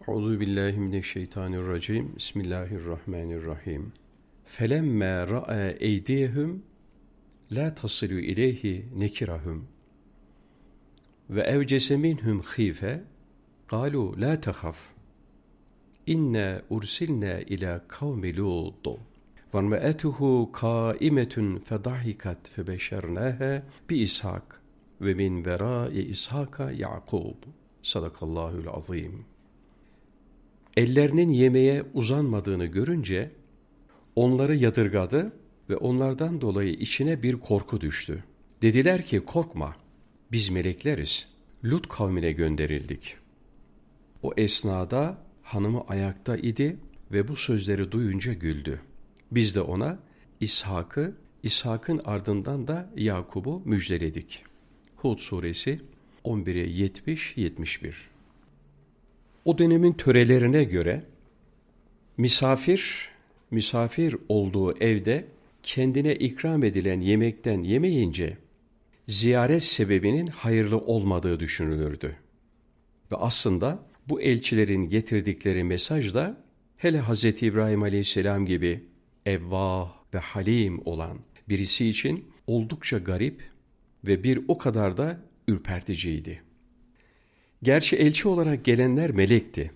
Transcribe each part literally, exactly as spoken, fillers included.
Euzu billahi mineşşeytanirracim. Bismillahirrahmanirrahim. Felemme ra'a eydihum la tasilu ileyhi nekirahum ve evcese minhum khife qalu la tahaf inna ursilna ila kavmi lut ve imra'atuhu qa'imetun fedahikat febeşernaha bi ishak ve min vera'i ishaka yaqub. Sadakallahul azim. Ellerinin yemeğe uzanmadığını görünce onları yadırgadı ve onlardan dolayı içine bir korku düştü. Dediler ki korkma, biz melekleriz. Lut kavmine gönderildik. O esnada hanımı ayakta idi ve bu sözleri duyunca güldü. Biz de ona İshak'ı, İshak'ın ardından da Yakub'u müjdeledik. Hud suresi on bire yetmiş yetmiş bir. O dönemin törelerine göre misafir, misafir olduğu evde kendine ikram edilen yemekten yemeyince ziyaret sebebinin hayırlı olmadığı düşünülürdü. Ve aslında bu elçilerin getirdikleri mesaj da hele Hz. İbrahim Aleyhisselam gibi evvah ve halim olan birisi için oldukça garip ve bir o kadar da ürperticiydi. Gerçi elçi olarak gelenler melekti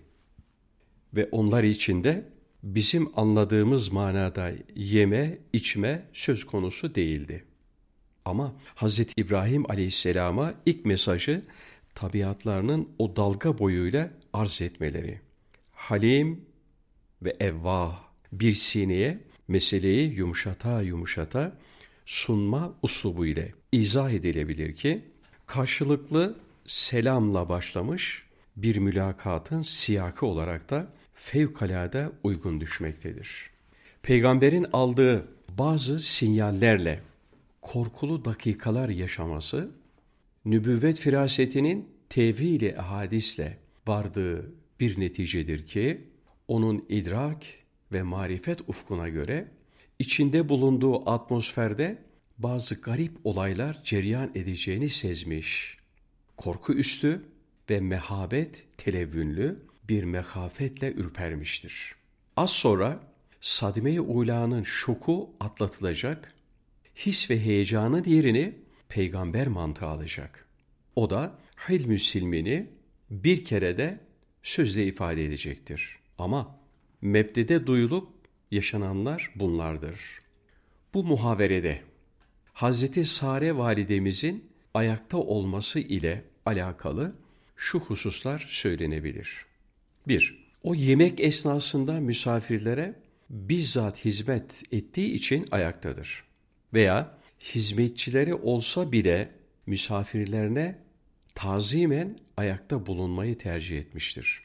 ve onlar için de bizim anladığımız manada yeme, içme söz konusu değildi. Ama Hz. İbrahim Aleyhisselam'a ilk mesajı tabiatlarının o dalga boyuyla arz etmeleri. Halim ve evvah bir sineye meseleyi yumuşata yumuşata sunma uslubu ile izah edilebilir ki karşılıklı selamla başlamış bir mülakatın siyakı olarak da fevkalade uygun düşmektedir. Peygamberin aldığı bazı sinyallerle korkulu dakikalar yaşaması, nübüvvet firasetinin tevhid-i ahadisle vardığı bir neticedir ki, onun idrak ve marifet ufkuna göre içinde bulunduğu atmosferde bazı garip olaylar cereyan edeceğini sezmiş. Korku üstü ve mehabet televvünlü bir mehafetle ürpermiştir. Az sonra sadme-i ulanın şoku atlatılacak, his ve heyecanın yerini peygamber mantığı alacak. O da hilm-i silmini bir kerede sözle ifade edecektir. Ama mebdede duyulup yaşananlar bunlardır. Bu muhaverede Hazreti Sare validemizin ayakta olması ile alakalı şu hususlar söylenebilir. bir. O yemek esnasında misafirlere bizzat hizmet ettiği için ayaktadır. Veya hizmetçileri olsa bile misafirlerine tazimen ayakta bulunmayı tercih etmiştir.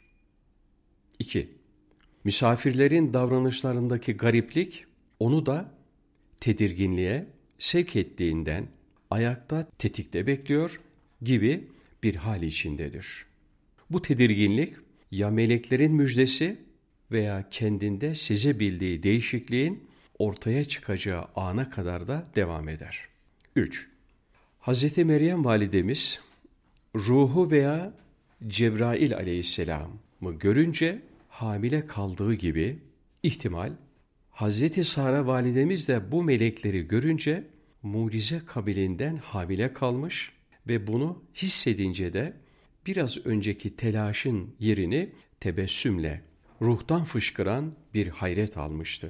iki. Misafirlerin davranışlarındaki gariplik onu da tedirginliğe sevk ettiğinden ayakta tetikte bekliyor gibi bir hal içindedir. Bu tedirginlik ya meleklerin müjdesi veya kendinde sezebildiği değişikliğin ortaya çıkacağı ana kadar da devam eder. üç. Hz. Meryem validemiz ruhu veya Cebrail aleyhisselamı görünce hamile kaldığı gibi ihtimal Hz. Sara validemiz de bu melekleri görünce mucize kabilinden hamile kalmış ve bunu hissedince de biraz önceki telaşın yerini tebessümle, ruhtan fışkıran bir hayret almıştı.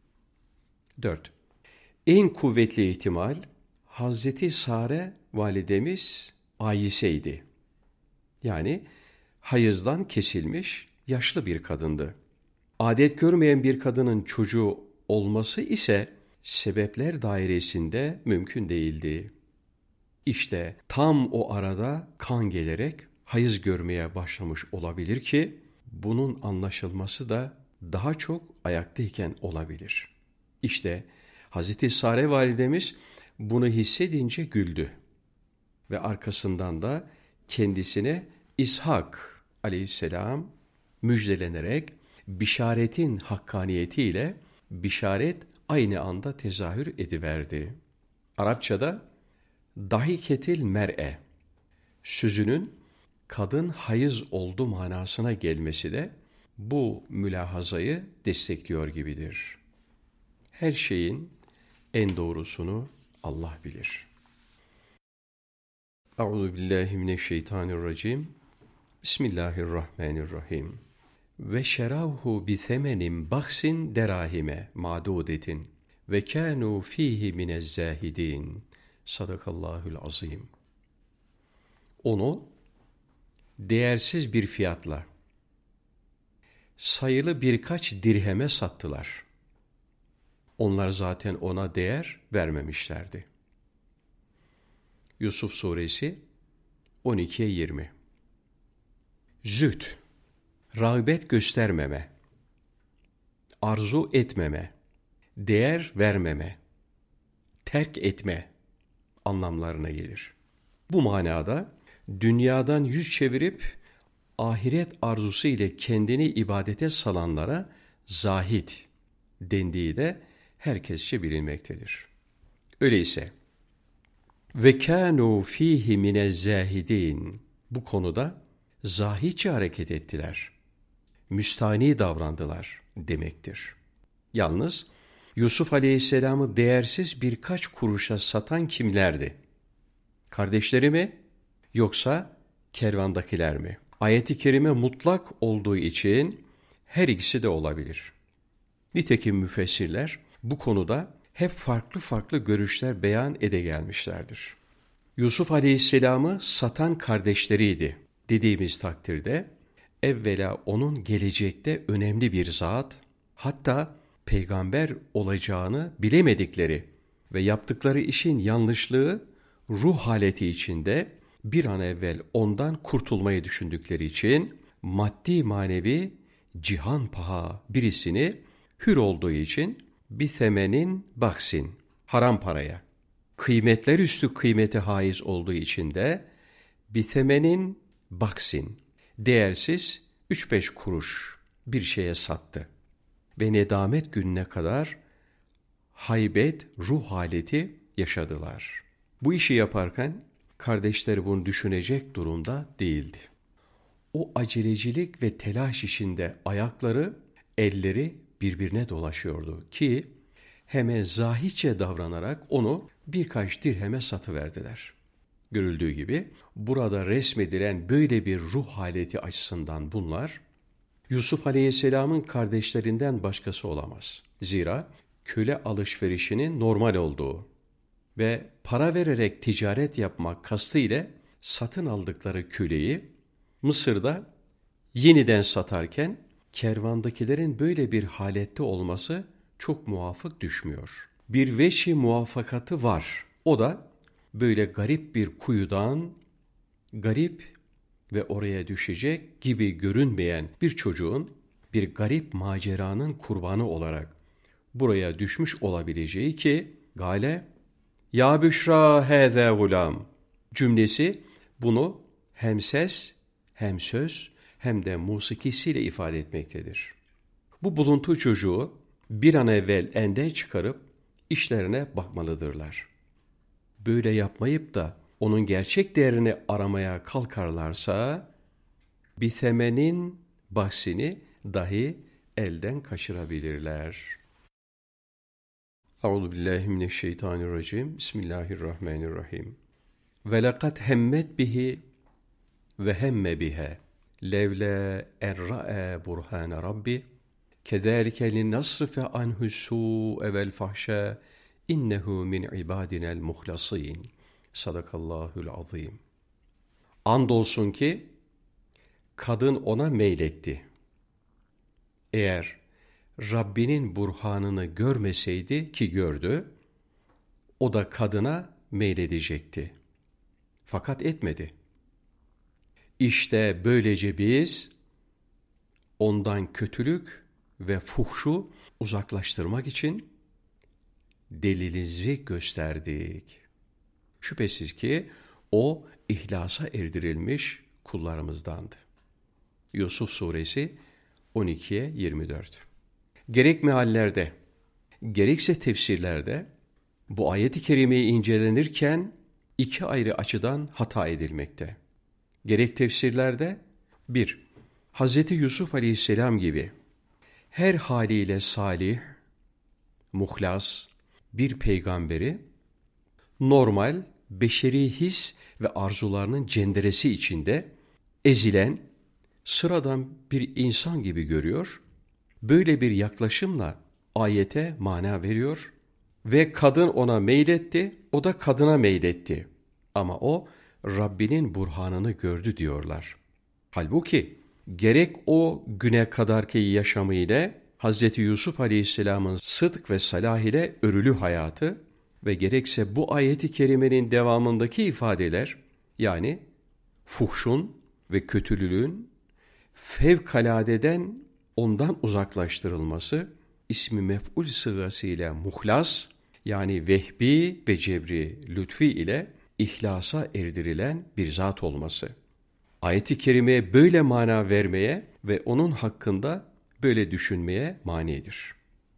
dört. En kuvvetli ihtimal Hazreti Sare validemiz ayiseydi. Yani hayızdan kesilmiş yaşlı bir kadındı. Adet görmeyen bir kadının çocuğu olması ise sebepler dairesinde mümkün değildi. İşte tam o arada kan gelerek hayız görmeye başlamış olabilir ki bunun anlaşılması da daha çok ayaktayken olabilir. İşte Hazreti Sare validemiz bunu hissedince güldü ve arkasından da kendisine İshak aleyhisselam müjdelenerek bişaretin hakkaniyetiyle bişaret aynı anda tezahür ediverdi. Arapçada dahiketil mer'e sözünün kadın hayız oldu manasına gelmesi de bu mülahazayı destekliyor gibidir. Her şeyin en doğrusunu Allah bilir. Euzubillahimineşşeytanirracim. Bismillahirrahmanirrahim. Ve şeravhu bi semenin baksin derahime madudetin ve kânû fîhî minezzâhidîn. Sadakallahul azim. Onu değersiz bir fiyatla sayılı birkaç dirheme sattılar. Onlar zaten ona değer vermemişlerdi. Yusuf Suresi on ikiye yirmi. Zühd, rağbet göstermeme, arzu etmeme, değer vermeme, terk etme anlamlarına gelir. Bu manada dünyadan yüz çevirip ahiret arzusu ile kendini ibadete salanlara zahid dendiği de herkesçe bilinmektedir. Öyleyse ve kânû fîhî minezzâhidîn, bu konuda zahidçe hareket ettiler, müstahni davrandılar demektir. Yalnız Yusuf Aleyhisselam'ı değersiz birkaç kuruşa satan kimlerdi? Kardeşleri mi yoksa kervandakiler mi? Ayet-i kerime mutlak olduğu için her ikisi de olabilir. Nitekim müfessirler bu konuda hep farklı farklı görüşler beyan ede gelmişlerdir. Yusuf Aleyhisselam'ı satan kardeşleriydi dediğimiz takdirde evvela onun gelecekte önemli bir zat, hatta peygamber olacağını bilemedikleri ve yaptıkları işin yanlışlığı ruh haleti içinde bir an evvel ondan kurtulmayı düşündükleri için maddi manevi cihan paha birisini hür olduğu için bir semenin baksin, haram paraya, kıymetler üstü kıymete haiz olduğu için de bir semenin baksin, değersiz üç beş kuruş bir şeye sattı. Ve nedamet gününe kadar haybet, ruh haleti yaşadılar. Bu işi yaparken kardeşleri bunu düşünecek durumda değildi. O acelecilik ve telaş içinde ayakları, elleri birbirine dolaşıyordu ki hemen zahitçe davranarak onu birkaç dirheme satıverdiler. Görüldüğü gibi burada resmedilen böyle bir ruh haleti açısından bunlar, Yusuf Aleyhisselam'ın kardeşlerinden başkası olamaz. Zira köle alışverişinin normal olduğu ve para vererek ticaret yapmak kastı ile satın aldıkları köleyi Mısır'da yeniden satarken kervandakilerin böyle bir halette olması çok muvafık düşmüyor. Bir veçi muvaffakatı var. O da böyle garip bir kuyudan garip ve oraya düşecek gibi görünmeyen bir çocuğun bir garip maceranın kurbanı olarak buraya düşmüş olabileceği ki gale ya büşra hâzâ gulam cümlesi bunu hem ses hem söz hem de musikisiyle ifade etmektedir. Bu buluntu çocuğu bir an evvel elden çıkarıp işlerine bakmalıdırlar. Böyle yapmayıp da onun gerçek değerini aramaya kalkarlarsa bir semenin bahsini dahi elden kaçırabilirler. Euzubillahimineşşeytanirracim. Bismillahirrahmanirrahim. Ve lekad hemmet bihi ve hemme biha levla en ra'a burhane rabbi kezalike linnasrife anhu su'e vel fahşa innehu min ibadinel muhlasin. Sadakallahul azim. Andolsun ki kadın ona meyletti. Eğer Rabbinin burhanını görmeseydi ki gördü, o da kadına meyledecekti. Fakat etmedi. İşte böylece biz ondan kötülük ve fuhşu uzaklaştırmak için delilinizi gösterdik. Şüphesiz ki o ihlasa erdirilmiş kullarımızdandı. Yusuf Suresi on ikiye yirmi dört. Gerek meallerde, gerekse tefsirlerde bu ayet-i kerimeyi incelenirken iki ayrı açıdan hata edilmekte. Gerek tefsirlerde bir, Hazreti Yusuf Aleyhisselam gibi her haliyle salih, muhlas bir peygamberi normal, beşeri his ve arzularının cenderesi içinde ezilen, sıradan bir insan gibi görüyor. Böyle bir yaklaşımla ayete mana veriyor ve kadın ona meyletti, o da kadına meyletti. Ama o Rabbinin burhanını gördü diyorlar. Halbuki gerek o güne kadarki yaşamı ile Hazreti Yusuf Aleyhisselam'ın sıdk ve salah ile örülü hayatı ve gerekse bu ayeti kerimenin devamındaki ifadeler, yani fuhşun ve kötülüğün fevkaladeden ondan uzaklaştırılması, ismi mef'ul sıgasıyla muhlas, yani vehbi ve cebri lütfi ile ihlasa erdirilen bir zat olması. Ayet-i kerimeye böyle mana vermeye ve onun hakkında böyle düşünmeye manidir.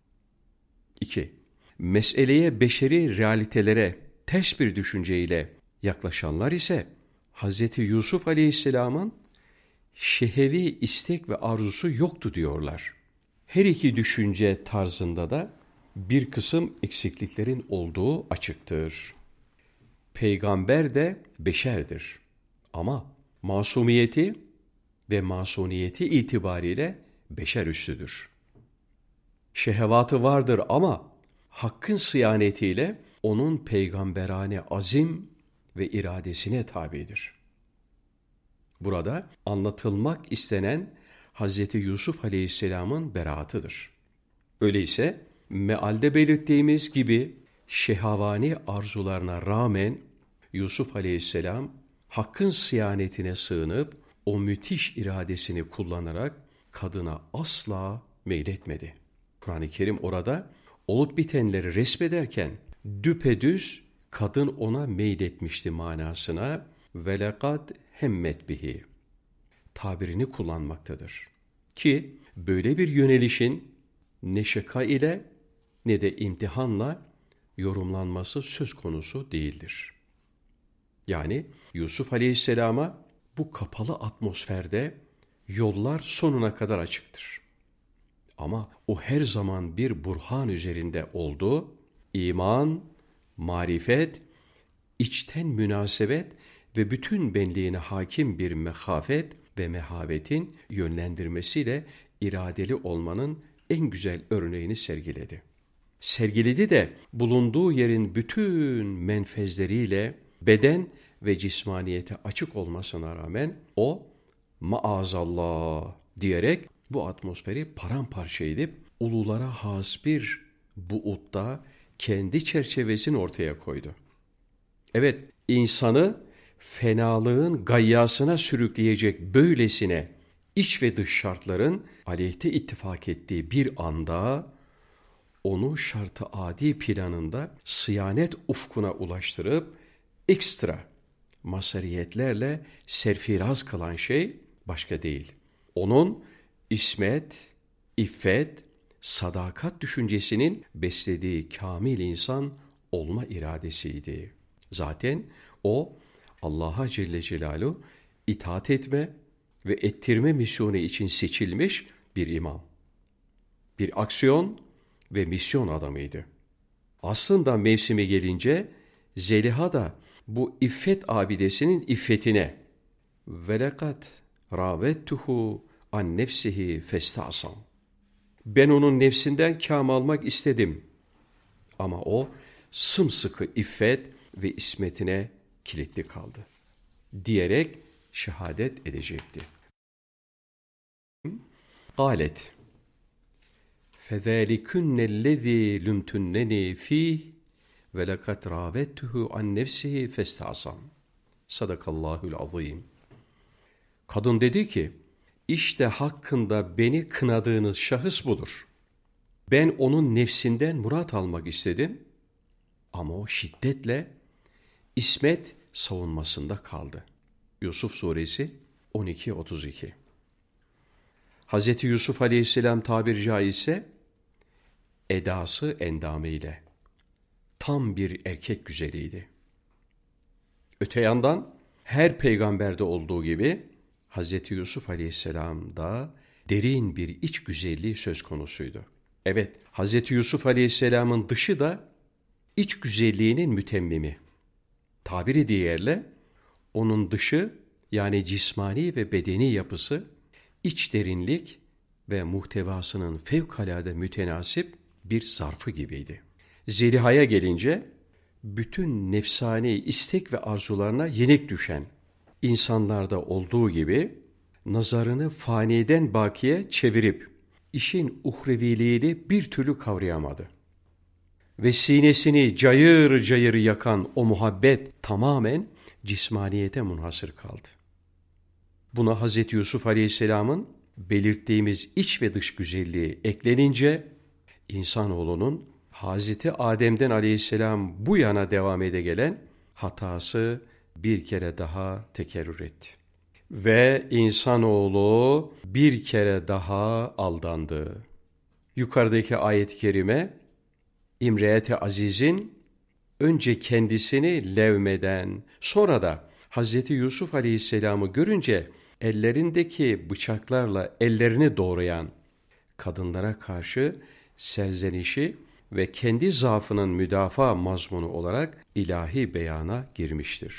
İki, meseleye beşeri realitelere ters bir düşünceyle yaklaşanlar ise Hazreti Yusuf Aleyhisselam'ın şehevi istek ve arzusu yoktu diyorlar. Her iki düşünce tarzında da bir kısım eksikliklerin olduğu açıktır. Peygamber de beşerdir ama masumiyeti ve masoniyeti itibariyle beşer üstüdür. Şehevatı vardır ama hakkın sıyanetiyle onun peygamberane azim ve iradesine tabidir. Burada anlatılmak istenen Hazreti Yusuf Aleyhisselam'ın beraatıdır. Öyleyse mealde belirttiğimiz gibi şehavani arzularına rağmen Yusuf Aleyhisselam hakkın sıyanetine sığınıp o müthiş iradesini kullanarak kadına asla meyletmedi. Kur'an-ı Kerim orada olup bitenleri resmederken düpedüz kadın ona meyletmişti manasına velekad hemmet bihi tabirini kullanmaktadır. Ki böyle bir yönelişin ne şaka ile ne de imtihanla yorumlanması söz konusu değildir. Yani Yusuf Aleyhisselam'a bu kapalı atmosferde yollar sonuna kadar açıktır. Ama o her zaman bir burhan üzerinde oldu. İman, marifet, içten münasebet ve bütün benliğine hakim bir mehafet ve mehabetin yönlendirmesiyle iradeli olmanın en güzel örneğini sergiledi. Sergiledi de bulunduğu yerin bütün menfezleriyle beden ve cismaniyete açık olmasına rağmen o maazallah diyerek bu atmosferi paramparça edip ululara has bir buutta kendi çerçevesini ortaya koydu. Evet, insanı fenalığın gayyasına sürükleyecek böylesine iç ve dış şartların aleyhte ittifak ettiği bir anda onu şartı adi planında sıyanet ufkuna ulaştırıp ekstra masariyetlerle serfiraz kılan şey başka değil. Onun ismet, iffet, sadakat düşüncesinin beslediği kamil insan olma iradesiydi. Zaten o Allah'a Celle Celaluhu itaat etme ve ettirme misyonu için seçilmiş bir imam. Bir aksiyon ve misyon adamıydı. Aslında mevsimi gelince Zeliha da bu iffet abidesinin iffetine velekat ravettuhu an nefsihi festasam. Ben onun nefsinden kâm almak istedim. Ama o sımsıkı iffet ve ismetine kilitli kaldı. Diyerek şehadet edecekti. Galet فَذَٰلِكُنَّ الَّذ۪ي لُمْتُنَّنِي ف۪يهِ وَلَقَدْ رَاوَدتُّهُ عَنْ نَفْسِهِ فَاسْتَعْصَمْ. Sadakallahul azim. Kadın dedi ki, işte hakkında beni kınadığınız şahıs budur. Ben onun nefsinden murat almak istedim ama o şiddetle ismet savunmasında kaldı. Yusuf Suresi on iki otuz iki. Hazreti Yusuf Aleyhisselam tabiri caizse edası endamıyla tam bir erkek güzeliydi. Öte yandan her peygamberde olduğu gibi Hazreti Yusuf Aleyhisselam'da derin bir iç güzelliği söz konusuydu. Evet, Hazreti Yusuf Aleyhisselam'ın dışı da iç güzelliğinin mütemmimi. Tabiri diğerle, onun dışı yani cismani ve bedeni yapısı, iç derinlik ve muhtevasının fevkalade mütenasip bir zarfı gibiydi. Zeliha'ya gelince, bütün nefsani istek ve arzularına yenik düşen, insanlarda olduğu gibi nazarını faniden bakiye çevirip işin uhreviliğini bir türlü kavrayamadı. Ve sinesini cayır cayır yakan o muhabbet tamamen cismaniyete munhasır kaldı. Buna Hazreti Yusuf Aleyhisselam'ın belirttiğimiz iç ve dış güzelliği eklenince insanoğlunun Hazreti Adem'den Aleyhisselam bu yana devam ede gelen hatası bir kere daha tekerrür etti. Ve insanoğlu bir kere daha aldandı. Yukarıdaki ayet-i kerime, İmre-i Aziz'in önce kendisini levmeden, sonra da Hazreti Yusuf Aleyhisselam'ı görünce ellerindeki bıçaklarla ellerini doğrayan kadınlara karşı serzenişi ve kendi zaafının müdafaa mazmunu olarak ilahi beyana girmiştir.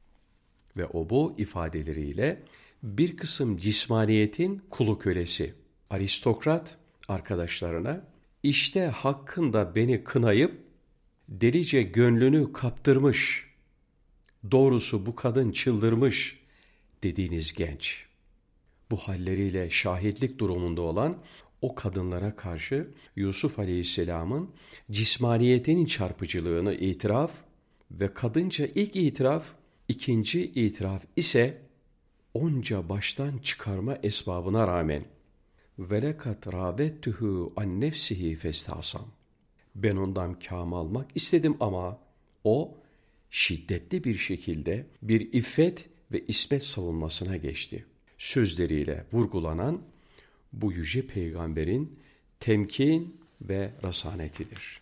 Ve o bu ifadeleriyle bir kısım cismaniyetin kulu kölesi, aristokrat arkadaşlarına işte hakkında beni kınayıp delice gönlünü kaptırmış, doğrusu bu kadın çıldırmış dediğiniz genç, bu halleriyle şahitlik durumunda olan o kadınlara karşı Yusuf Aleyhisselam'ın cismaniyetinin çarpıcılığını itiraf ve kadınca ilk itiraf, ikinci itiraf ise onca baştan çıkarma esbabına rağmen velekat râbettühü an nefsihi festasam. Ben ondan kâm almak istedim ama o şiddetli bir şekilde bir iffet ve ismet savunmasına geçti. Sözleriyle vurgulanan bu yüce peygamberin temkin ve rasanetidir.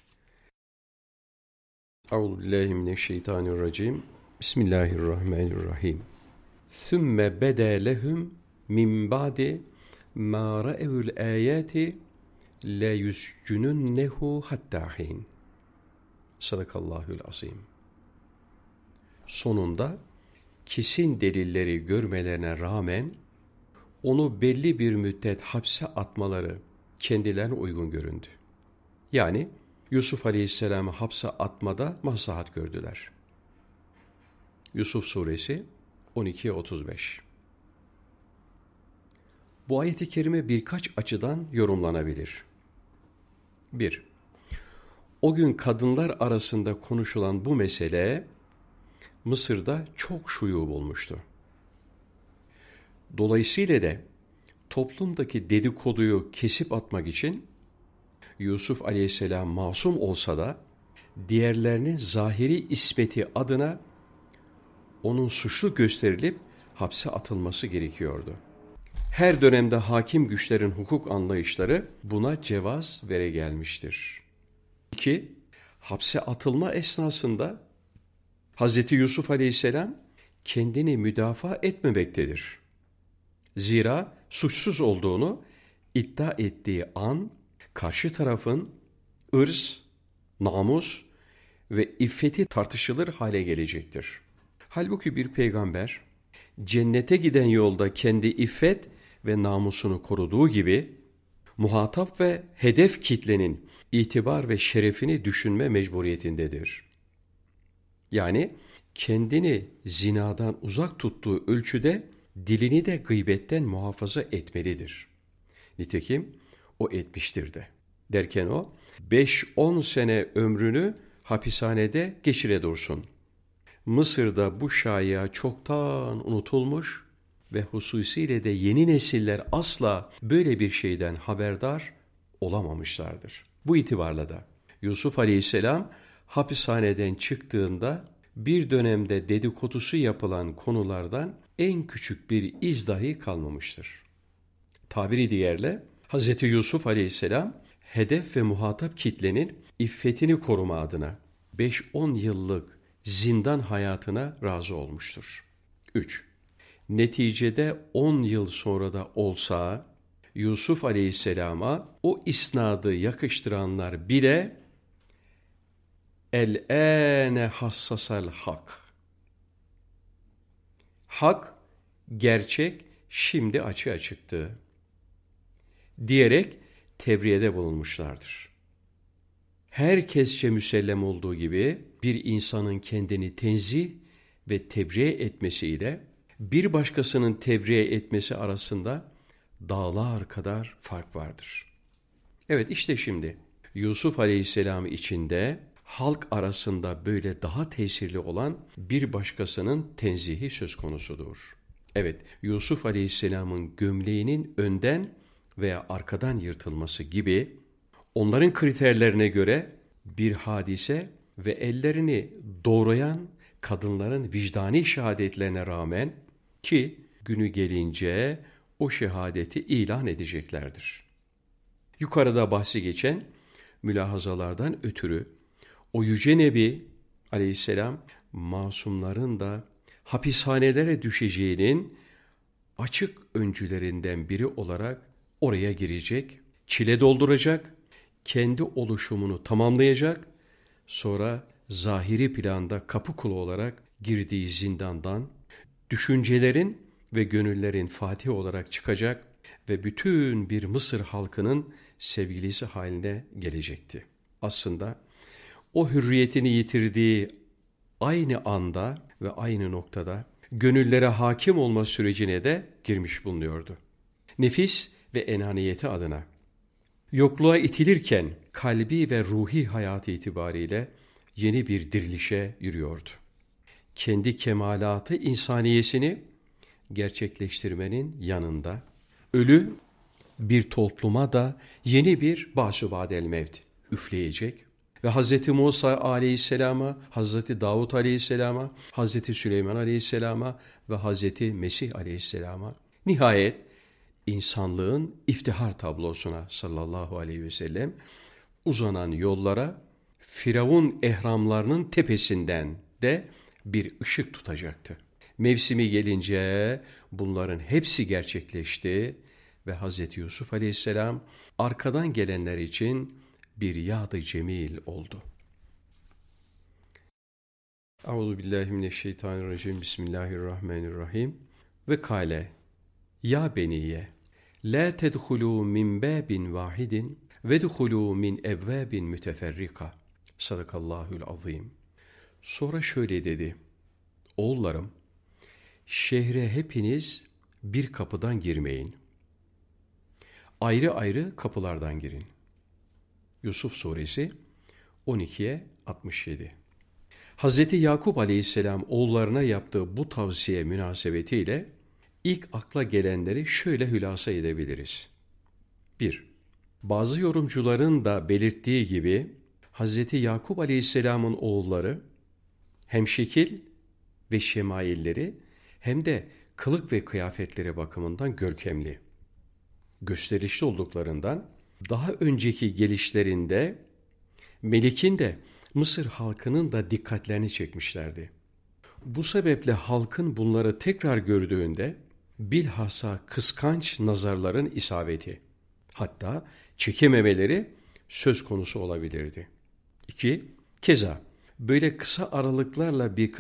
Euzubillahimineşşeytanirracim. Bismillahirrahmanirrahim. Sümme bede lehum min ba'di ma ra'evül ayati le yuscununnehu hatta hin. Sadakallahül azim. Sonunda kesin delilleri görmelerine rağmen onu belli bir müddet hapse atmaları kendilerine uygun göründü. Yani Yusuf Aleyhisselam'ı hapse atmada maslahat gördüler. Yusuf Suresi on iki otuz beş. Bu ayet-i kerime birkaç açıdan yorumlanabilir. bir. O gün kadınlar arasında konuşulan bu mesele Mısır'da çok şuyu bulmuştu. Dolayısıyla da toplumdaki dedikoduyu kesip atmak için Yusuf Aleyhisselam masum olsa da diğerlerinin zahiri ismeti adına onun suçlu gösterilip hapse atılması gerekiyordu. Her dönemde hakim güçlerin hukuk anlayışları buna cevaz vere gelmiştir. iki. Hapse atılma esnasında Hazreti Yusuf Aleyhisselam kendini müdafaa etmemektedir. Zira suçsuz olduğunu iddia ettiği an karşı tarafın ırz, namus ve iffeti tartışılır hale gelecektir. Halbuki bir peygamber cennete giden yolda kendi iffet ve namusunu koruduğu gibi muhatap ve hedef kitlenin itibar ve şerefini düşünme mecburiyetindedir. Yani kendini zinadan uzak tuttuğu ölçüde dilini de gıybetten muhafaza etmelidir. Nitekim o etmiştir de. Derken o beş on sene ömrünü hapishanede geçire dursun. Mısır'da bu şaya çoktan unutulmuş ve hususiyle de yeni nesiller asla böyle bir şeyden haberdar olamamışlardır. Bu itibarla da Yusuf Aleyhisselam hapishaneden çıktığında bir dönemde dedikodusu yapılan konulardan en küçük bir iz dahi kalmamıştır. Tabiri diğerle Hz. Yusuf Aleyhisselam hedef ve muhatap kitlenin iffetini koruma adına beş on yıllık zindan hayatına razı olmuştur. üç. neticede on yıl sonra da olsa Yusuf Aleyhisselam'a o isnadı yakıştıranlar bile el-âne hassasal hak. Hak, gerçek şimdi açığa çıktı diyerek tebriyede bulunmuşlardır. Herkesçe müsellem olduğu gibi bir insanın kendini tenzih ve tebriye etmesiyle bir başkasının tebriye etmesi arasında dağlar kadar fark vardır. Evet, işte şimdi Yusuf Aleyhisselam içinde halk arasında böyle daha tesirli olan bir başkasının tenzihi söz konusudur. Evet, Yusuf Aleyhisselam'ın gömleğinin önden veya arkadan yırtılması gibi onların kriterlerine göre bir hadise ve ellerini doğrayan kadınların vicdani şehadetlerine rağmen ki günü gelince o şehadeti ilan edeceklerdir. Yukarıda bahsi geçen mülahazalardan ötürü o Yüce Nebi Aleyhisselam masumların da hapishanelere düşeceğinin açık öncülerinden biri olarak oraya girecek, çile dolduracak, kendi oluşumunu tamamlayacak, sonra zahiri planda kapı kulu olarak girdiği zindandan düşüncelerin ve gönüllerin fatihi olarak çıkacak ve bütün bir Mısır halkının sevgilisi haline gelecekti. Aslında o hürriyetini yitirdiği aynı anda ve aynı noktada gönüllere hakim olma sürecine de girmiş bulunuyordu. Nefis ve enaniyeti adına yokluğa itilirken kalbi ve ruhi hayatı itibariyle yeni bir dirilişe yürüyordu. Kendi kemalatı insaniyesini gerçekleştirmenin yanında ölü bir topluma da yeni bir basubadel mevt üfleyecek ve Hazreti Musa Aleyhisselam'a, Hazreti Davud Aleyhisselam'a, Hazreti Süleyman Aleyhisselam'a ve Hazreti Mesih Aleyhisselam'a nihayet insanlığın iftihar tablosuna sallallahu aleyhi ve sellem uzanan yollara Firavun ehramlarının tepesinden de bir ışık tutacaktı. Mevsimi gelince bunların hepsi gerçekleşti ve Hazreti Yusuf Aleyhisselam arkadan gelenler için bir yad-ı cemil oldu. Euzubillahimineşşeytanirracim. Bismillahirrahmanirrahim. Ve kâle, ya beniye, la tedhulû min bâbin vâhidin ve dhulû min ebvâbin müteferrika. Sadakallahül azîm. Sonra şöyle dedi, oğullarım, şehre hepiniz bir kapıdan girmeyin. Ayrı ayrı kapılardan girin. Yusuf Suresi on ikiye altmış yedi. Hazreti Yakup Aleyhisselam oğullarına yaptığı bu tavsiye münasebetiyle ilk akla gelenleri şöyle hülasa edebiliriz. bir. Bazı yorumcuların da belirttiği gibi Hazreti Yakup Aleyhisselam'ın oğulları hem şekil ve şemailleri hem de kılık ve kıyafetleri bakımından görkemli, gösterişli olduklarından daha önceki gelişlerinde Melik'in de Mısır halkının da dikkatlerini çekmişlerdi. Bu sebeple halkın bunları tekrar gördüğünde bilhassa kıskanç nazarların isabeti, hatta çekememeleri söz konusu olabilirdi. İki, keza böyle kısa aralıklarla bir,